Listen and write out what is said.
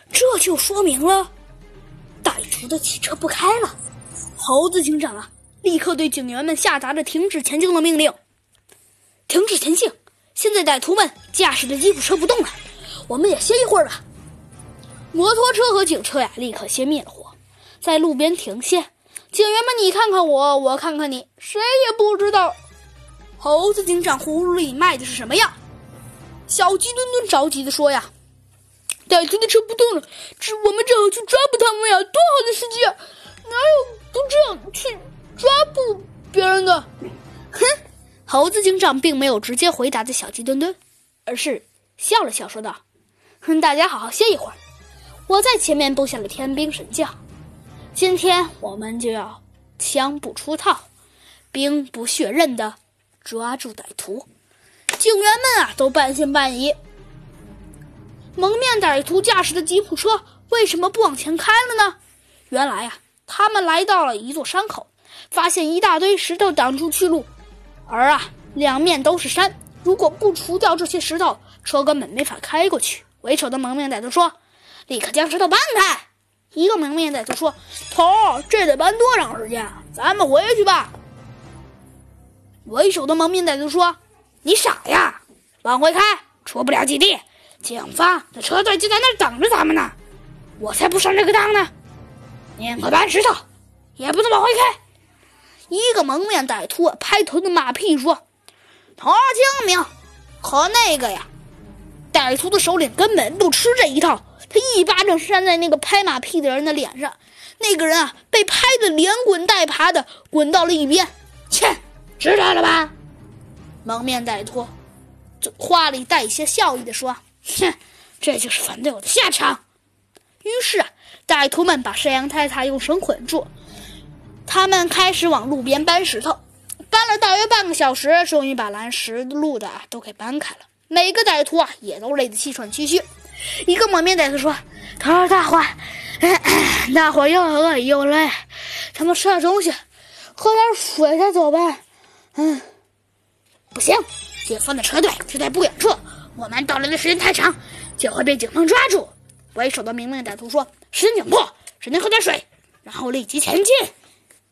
这就说明了歹徒的汽车不开了。猴子警长立刻对警员们下达了停止前进的命令。停止前进！现在歹徒们驾驶的吉普车不动了，我们也歇一会儿吧。摩托车和警车立刻熄灭了火，在路边停歇。警员们你看看我，我看看你，谁也不知道猴子警长葫芦里卖的是什么药。小鸡墩墩着急地说呀，歹徒的车不动了，我们正好去抓捕他们呀！多好的时机啊！哪有不这样去抓捕别人的？哼！猴子警长并没有直接回答的小鸡墩墩，而是笑了笑说道，大家好好歇一会儿，我在前面布下了天兵神将，今天我们就要枪不出套，兵不血刃的抓住歹徒。警员们都半信半疑，蒙面歹徒驾驶的吉普车为什么不往前开了呢？原来他们来到了一座山口，发现一大堆石头挡住去路，而两面都是山，如果不除掉这些石头，车根本没法开过去。为首的蒙面歹徒说，立刻将石头搬开。一个蒙面歹徒说，头，这得搬多长时间啊？咱们回去吧。为首的蒙面歹徒说，你傻呀，往回开，出不了基地，警方的车队就在那儿等着咱们呢，我才不上这个当呢，宁可搬石头也不能往回开。一个蒙面歹徒拍头的马屁说，头精明，可那个歹徒的首领根本不吃这一套，他一巴掌扇在那个拍马屁的人的脸上，那个人被拍得连滚带爬的滚到了一边。切，知道了吧？蒙面歹徒话里带一些笑意的说，哼，这就是反对我的下场。于是歹徒们把山羊太太用绳捆住，他们开始往路边搬石头，搬了大约半个小时，终于把拦石路的都给搬开了。每个歹徒也都累得气喘吁吁。一个蒙面歹徒说，大伙又饿又累，他们吃点东西，喝点水再走吧。不行，警方的车队就在不远处，我们逗留的时间太长，就会被警方抓住。为首的蒙面歹徒说，时间紧迫，只能喝点水，然后立即前进。